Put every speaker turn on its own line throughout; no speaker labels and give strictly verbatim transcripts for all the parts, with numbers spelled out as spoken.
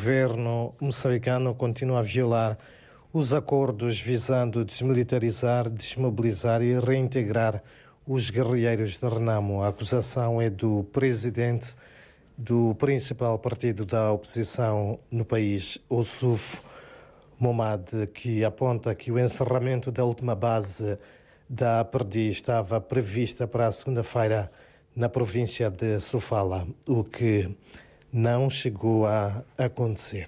governo moçambicano continua a violar os acordos visando desmilitarizar, desmobilizar e reintegrar os guerrilheiros de Renamo. A acusação é do presidente do principal partido da oposição no país, o S U F, Momad, que aponta que o encerramento da última base da Perdi estava prevista para a segunda-feira na província de Sofala, o que não chegou a acontecer.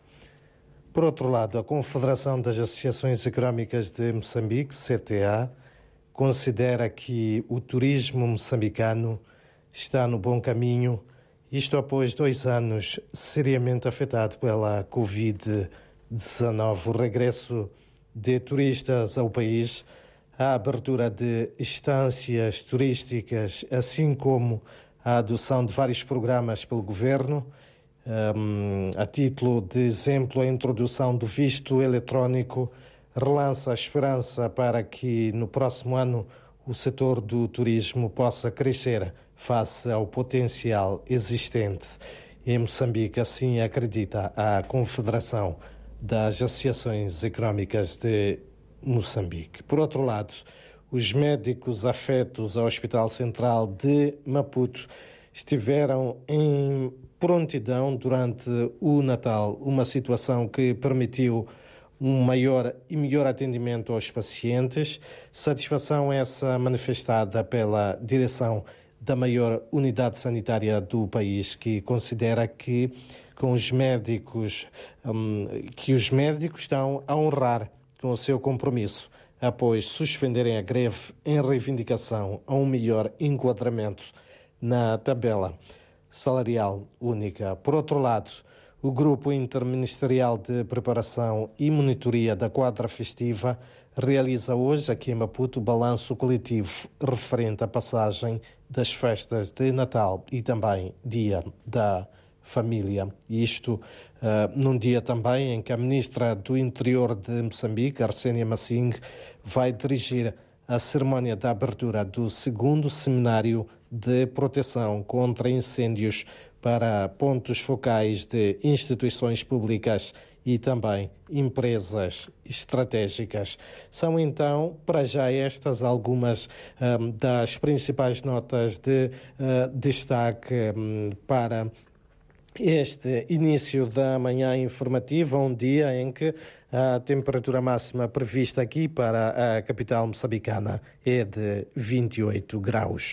Por outro lado, a Confederação das Associações Económicas de Moçambique, C T A, considera que o turismo moçambicano está no bom caminho, isto após dois anos seriamente afetado pela covid dezenove, o regresso de turistas ao país, a abertura de estâncias turísticas, assim como a adoção de vários programas pelo governo. Um, a título de exemplo, a introdução do visto eletrónico relança a esperança para que no próximo ano o setor do turismo possa crescer face ao potencial existente em Moçambique, assim acredita a Confederação das Associações Económicas de Moçambique. Por outro lado, os médicos afetos ao Hospital Central de Maputo estiveram em prontidão durante o Natal, uma situação que permitiu um maior e melhor atendimento aos pacientes, satisfação essa manifestada pela direção da maior unidade sanitária do país, que considera que com os médicos, um, que os médicos estão a honrar com o seu compromisso após suspenderem a greve em reivindicação a um melhor enquadramento na tabela salarial única. Por outro lado, o Grupo Interministerial de Preparação e Monitoria da Quadra Festiva realiza hoje, aqui em Maputo, o balanço coletivo referente à passagem das festas de Natal e também Dia da Família. Isto uh, num dia também em que a Ministra do Interior de Moçambique, Arsénia Massing, vai dirigir a cerimónia da abertura do segundo Seminário de Proteção contra Incêndios para pontos focais de instituições públicas e também empresas estratégicas. São então, para já, estas algumas um, das principais notas de uh, destaque um, para este início da manhã informativa, um dia em que a temperatura máxima prevista aqui para a capital moçambicana é de vinte e oito graus.